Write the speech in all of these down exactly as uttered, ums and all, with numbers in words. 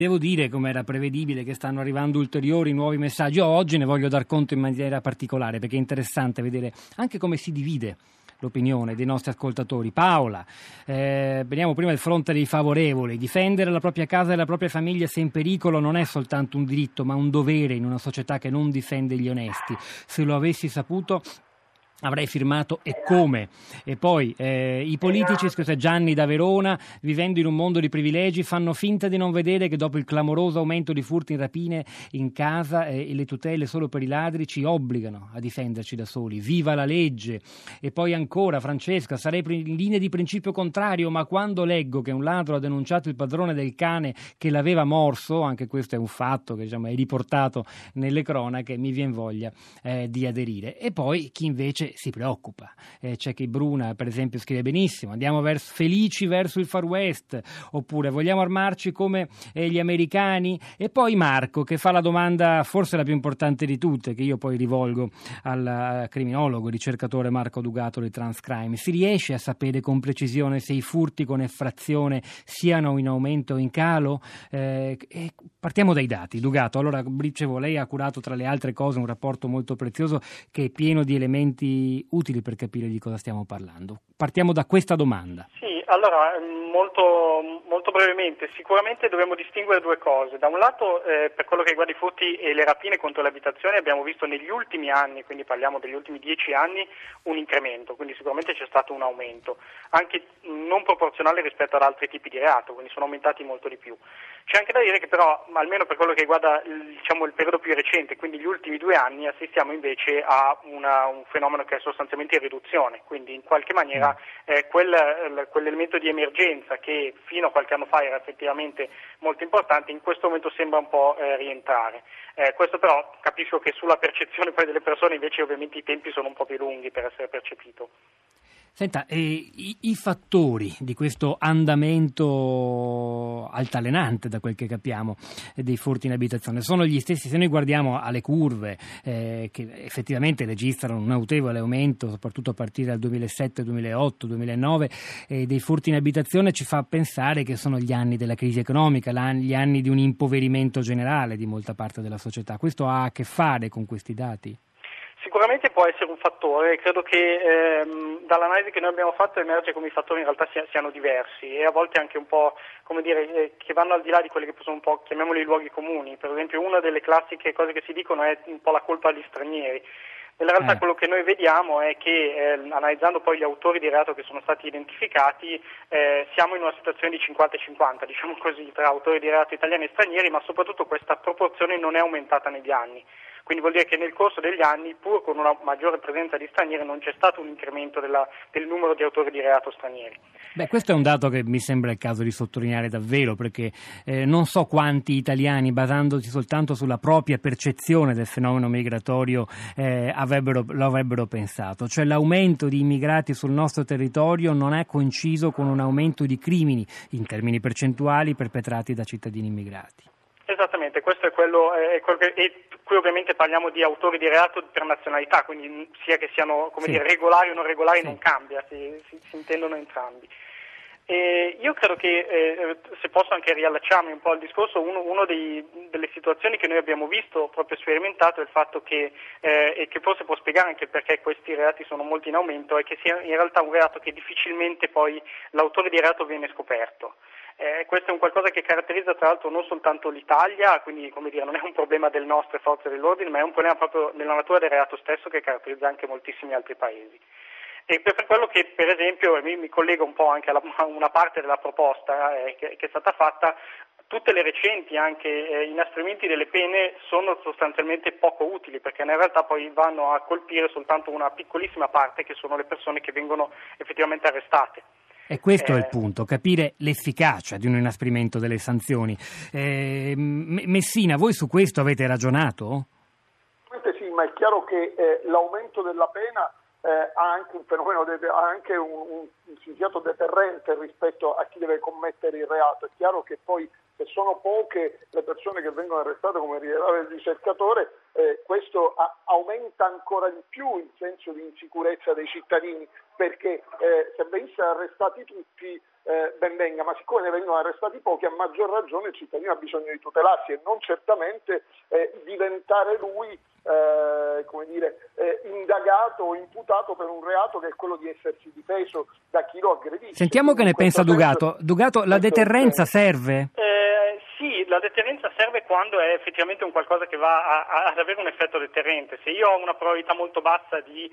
Devo dire, come era prevedibile, che stanno arrivando ulteriori nuovi messaggi. Io oggi ne voglio dar conto in maniera particolare, perché è interessante vedere anche come si divide l'opinione dei nostri ascoltatori. Paola, eh, veniamo prima del fronte dei favorevoli. Difendere la propria casa e la propria famiglia se in pericolo non è soltanto un diritto, ma un dovere in una società che non difende gli onesti. Se lo avessi saputo avrei firmato e come. E poi eh, i politici, scusa, Gianni da Verona, vivendo in un mondo di privilegi, fanno finta di non vedere che dopo il clamoroso aumento di furti e rapine in casa eh, e le tutele solo per i ladri ci obbligano a difenderci da soli. Viva la legge! E poi ancora, Francesca, sarei in linea di principio contrario, ma quando leggo che un ladro ha denunciato il padrone del cane che l'aveva morso, anche questo è un fatto che diciamo, è riportato nelle cronache, mi viene voglia eh, di aderire. E poi chi invece si preoccupa. Eh, c'è chi Bruna, per esempio, scrive benissimo: andiamo verso, felici verso il Far West, oppure vogliamo armarci come eh, gli americani? E poi Marco, che fa la domanda forse la più importante di tutte, che io poi rivolgo al criminologo, ricercatore Marco Dugato di Transcrime: si riesce a sapere con precisione se i furti con effrazione siano in aumento o in calo? Eh, e partiamo dai dati. Dugato, allora, dicevo, lei ha curato tra le altre cose un rapporto molto prezioso che è pieno di elementi utili per capire di cosa stiamo parlando. Partiamo da questa domanda. Sì, allora molto, molto brevemente, sicuramente dobbiamo distinguere due cose. Da un lato, eh, per quello che riguarda i furti e le rapine contro le abitazioni, abbiamo visto negli ultimi anni, quindi parliamo degli ultimi dieci anni, un incremento, quindi sicuramente c'è stato un aumento, anche non proporzionale rispetto ad altri tipi di reato, quindi sono aumentati molto di più. C'è anche da dire che però, almeno per quello che riguarda diciamo, il periodo più recente, quindi gli ultimi due anni, assistiamo invece a una, un fenomeno che è sostanzialmente in riduzione, quindi in qualche maniera eh, quel, quell'elemento di emergenza che fino a qualche anno fa era effettivamente molto importante, in questo momento sembra un po' eh, rientrare. Eh, questo però capisco che sulla percezione poi delle persone invece ovviamente i tempi sono un po' più lunghi per essere percepito. Senta, eh, i, i fattori di questo andamento altalenante, da quel che capiamo, eh, dei furti in abitazione sono gli stessi. Se noi guardiamo alle curve eh, che effettivamente registrano un notevole aumento, soprattutto a partire dal duemilasette, duemilaotto, duemilanove, eh, dei furti in abitazione, ci fa pensare che sono gli anni della crisi economica, gli anni di un impoverimento generale di molta parte della società. Questo ha a che fare con questi dati? Sicuramente può essere un fattore, credo che ehm, dall'analisi che noi abbiamo fatto emerge come i fattori in realtà sia, siano diversi e a volte anche un po', come dire, eh, che vanno al di là di quelli che sono un po', chiamiamoli luoghi comuni. Per esempio una delle classiche cose che si dicono è un po' la colpa agli stranieri. Nella realtà eh. quello che noi vediamo è che eh, analizzando poi gli autori di reato che sono stati identificati eh, siamo in una situazione di cinquanta e cinquanta, diciamo così, tra autori di reato italiani e stranieri, ma soprattutto questa proporzione non è aumentata negli anni. Quindi vuol dire che nel corso degli anni, pur con una maggiore presenza di stranieri, non c'è stato un incremento della, del numero di autori di reato stranieri. Beh, questo è un dato che mi sembra il caso di sottolineare davvero, perché eh, non so quanti italiani, basandosi soltanto sulla propria percezione del fenomeno migratorio, eh, avrebbero, lo avrebbero pensato. Cioè l'aumento di immigrati sul nostro territorio non è coinciso con un aumento di crimini, in termini percentuali, perpetrati da cittadini immigrati. Esattamente, questo è quello, è quello che, e qui ovviamente parliamo di autori di reato per nazionalità, quindi sia che siano come sì. dire, regolari o non regolari sì. non cambia, si, si, si intendono entrambi. E io credo che, eh, se posso anche riallacciarmi un po' al discorso, uno, uno dei, delle situazioni che noi abbiamo visto, proprio sperimentato, è il fatto che, eh, e che forse può spiegare anche perché questi reati sono molto in aumento, è che sia in realtà un reato che difficilmente poi l'autore di reato viene scoperto. Eh, questo è un qualcosa che caratterizza tra l'altro non soltanto l'Italia, quindi come dire non è un problema delle nostre forze dell'ordine, ma è un problema proprio nella natura del reato stesso che caratterizza anche moltissimi altri paesi. E per quello che per esempio mi, mi collego un po' anche a una parte della proposta eh, che, che è stata fatta, tutte le recenti anche eh, inasprimenti delle pene sono sostanzialmente poco utili perché in realtà poi vanno a colpire soltanto una piccolissima parte che sono le persone che vengono effettivamente arrestate. E questo eh, è il punto, capire l'efficacia di un inasprimento delle sanzioni. Eh, Messina, voi su questo avete ragionato? Sì, ma è chiaro che eh, l'aumento della pena eh, ha anche un fenomeno, de- ha anche un, un, un significato deterrente rispetto a chi deve commettere il reato. È chiaro che poi se sono poche le persone che vengono arrestate, come rilevava il ricercatore, eh, questo a- aumenta ancora di più il senso di insicurezza dei cittadini, perché eh, se venissero arrestati tutti eh, ben venga, ma siccome ne vengono arrestati pochi, a maggior ragione il cittadino ha bisogno di tutelarsi e non certamente eh, diventare lui Eh, come dire, eh, indagato o imputato per un reato che è quello di essersi difeso da chi lo aggredisce. Sentiamo che ne pensa Dugato. Dugato, la deterrenza serve? Eh, sì, la deterrenza serve quando è effettivamente un qualcosa che va a, a, ad avere un effetto deterrente. Se io ho una probabilità molto bassa di,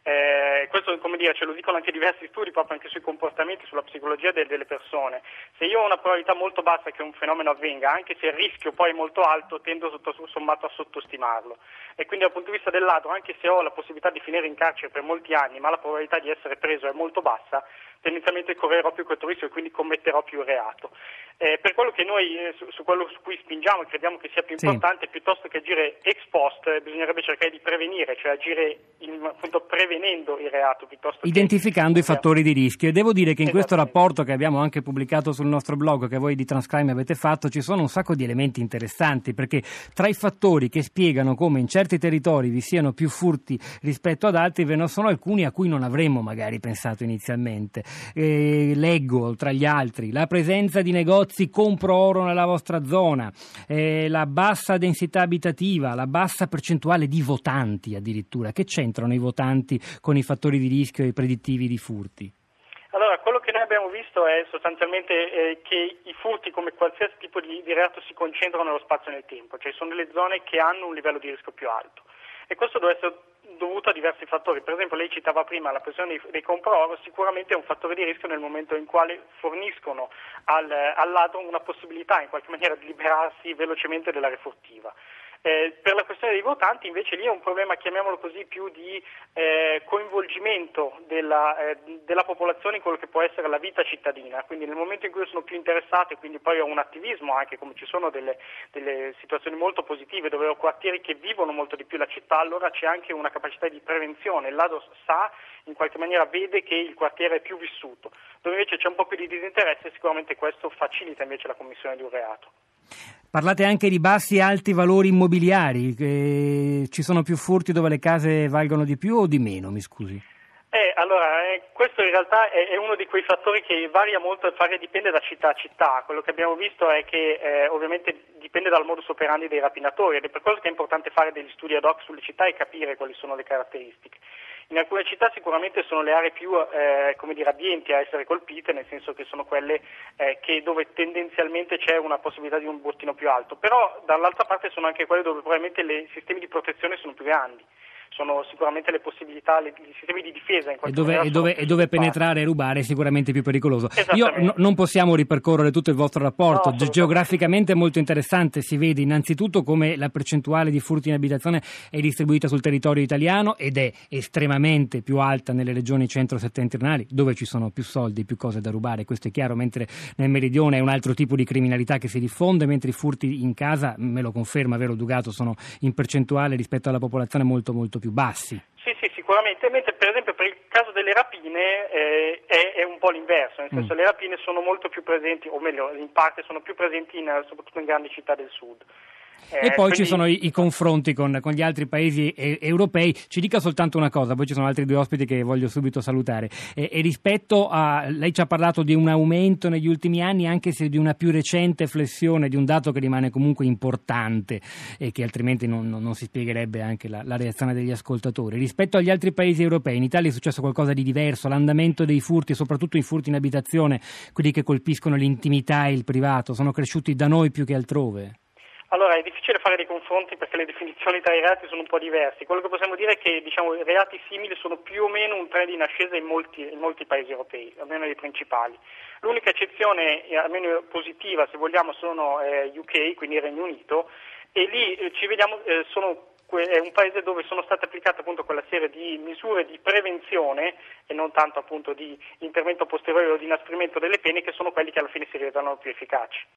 eh, questo come dire, ce lo dicono anche diversi studi proprio anche sui comportamenti, sulla psicologia de, delle persone, se io ho una probabilità molto bassa che un fenomeno avvenga, anche se il rischio poi è molto alto, tendo tutto sommato a sottostimarlo. E quindi dal punto di vista del ladro, anche se ho la possibilità di finire in carcere per molti anni, ma la probabilità di essere preso è molto bassa, tendenzialmente correrò più questo rischio e quindi commetterò più reato. Eh, per quello che noi, eh, su, su quello su cui spingiamo e crediamo che sia più importante, sì. piuttosto che agire ex post, eh, bisognerebbe cercare di prevenire, cioè agire in, appunto prevenendo il reato piuttosto identificando che... i fattori di rischio. E devo dire che in questo rapporto che abbiamo anche pubblicato sul nostro blog, che voi di Transcrime avete fatto, ci sono un sacco di elementi interessanti, perché tra i fattori che spiegano come in certi territori vi siano più furti rispetto ad altri ve ne sono alcuni a cui non avremmo magari pensato inizialmente. Eh, leggo tra gli altri la presenza di negozi compro oro nella vostra zona, eh, la bassa densità abitativa, la bassa percentuale di votanti addirittura. Che c'entrano i votanti con i fattori di rischio e i predittivi di furti? Allora, quello che noi abbiamo visto è sostanzialmente eh, che i furti, come qualsiasi tipo di, di reato, si concentrano nello spazio e nel tempo, cioè sono delle zone che hanno un livello di rischio più alto. E questo deve essere dovuto a diversi fattori. Per esempio, lei citava prima la pressione dei, dei compra-oro, sicuramente è un fattore di rischio nel momento in quale forniscono al, al ladro una possibilità in qualche maniera di liberarsi velocemente dell'area furtiva. Eh, per la questione dei votanti invece lì è un problema, chiamiamolo così, più di eh, coinvolgimento della, eh, della popolazione in quello che può essere la vita cittadina, quindi nel momento in cui sono più interessati e quindi poi ho un attivismo anche, come ci sono delle, delle situazioni molto positive dove ho quartieri che vivono molto di più la città, allora c'è anche una capacità di prevenzione, il ladro sa, in qualche maniera vede che il quartiere è più vissuto, dove invece c'è un po' più di disinteresse, sicuramente questo facilita invece la commissione di un reato. Parlate anche di bassi e alti valori immobiliari, che ci sono più furti dove le case valgono di più o di meno, mi scusi? Eh, allora, eh, questo in realtà è, è uno di quei fattori che varia molto, varia, dipende da città a città. Quello che abbiamo visto è che eh, ovviamente dipende dal modus operandi dei rapinatori ed è per questo che è importante fare degli studi ad hoc sulle città e capire quali sono le caratteristiche. In alcune città sicuramente sono le aree più eh, come dire, abbienti a essere colpite, nel senso che sono quelle eh, che dove tendenzialmente c'è una possibilità di un bottino più alto, però dall'altra parte sono anche quelle dove probabilmente i sistemi di protezione sono più grandi. Sono sicuramente le possibilità, le, i sistemi di difesa in qualche e dove, maniera e dove, e dove penetrare e rubare è sicuramente più pericoloso. Io no, non possiamo ripercorrere tutto il vostro rapporto, no, geograficamente è molto interessante, si vede innanzitutto come la percentuale di furti in abitazione è distribuita sul territorio italiano ed è estremamente più alta nelle regioni centro-settentrionali dove ci sono più soldi, più cose da rubare, questo è chiaro, mentre nel meridione è un altro tipo di criminalità che si diffonde, mentre i furti in casa, me lo conferma, vero Dugato, sono in percentuale rispetto alla popolazione molto molto più bassi. Sì, sì, sicuramente, mentre per esempio per il caso delle rapine eh, è, è un po' l'inverso, nel senso mm. le rapine sono molto più presenti, o meglio, in parte sono più presenti in, soprattutto in grandi città del sud. Eh, e poi quindi... ci sono i, i confronti con, con gli altri paesi e, europei. Ci dica soltanto una cosa, poi ci sono altri due ospiti che voglio subito salutare. E, e rispetto a, lei ci ha parlato di un aumento negli ultimi anni, anche se di una più recente flessione di un dato che rimane comunque importante e che altrimenti non, non, non si spiegherebbe anche la, la reazione degli ascoltatori. Rispetto agli altri paesi europei, in Italia è successo qualcosa di diverso, l'andamento dei furti, soprattutto i furti in abitazione, quelli che colpiscono l'intimità e il privato, sono cresciuti da noi più che altrove? Allora, è difficile fare dei confronti perché le definizioni tra i reati sono un po' diversi. Quello che possiamo dire è che diciamo, i reati simili sono più o meno un trend in ascesa in molti, in molti paesi europei, almeno nei principali. L'unica eccezione, almeno positiva se vogliamo, sono eh, U K, quindi il Regno Unito, e lì eh, ci vediamo, eh, sono è un paese dove sono state applicate appunto quella serie di misure di prevenzione e non tanto appunto di intervento posteriore o di inasprimento delle pene che sono quelli che alla fine si rivelano più efficaci.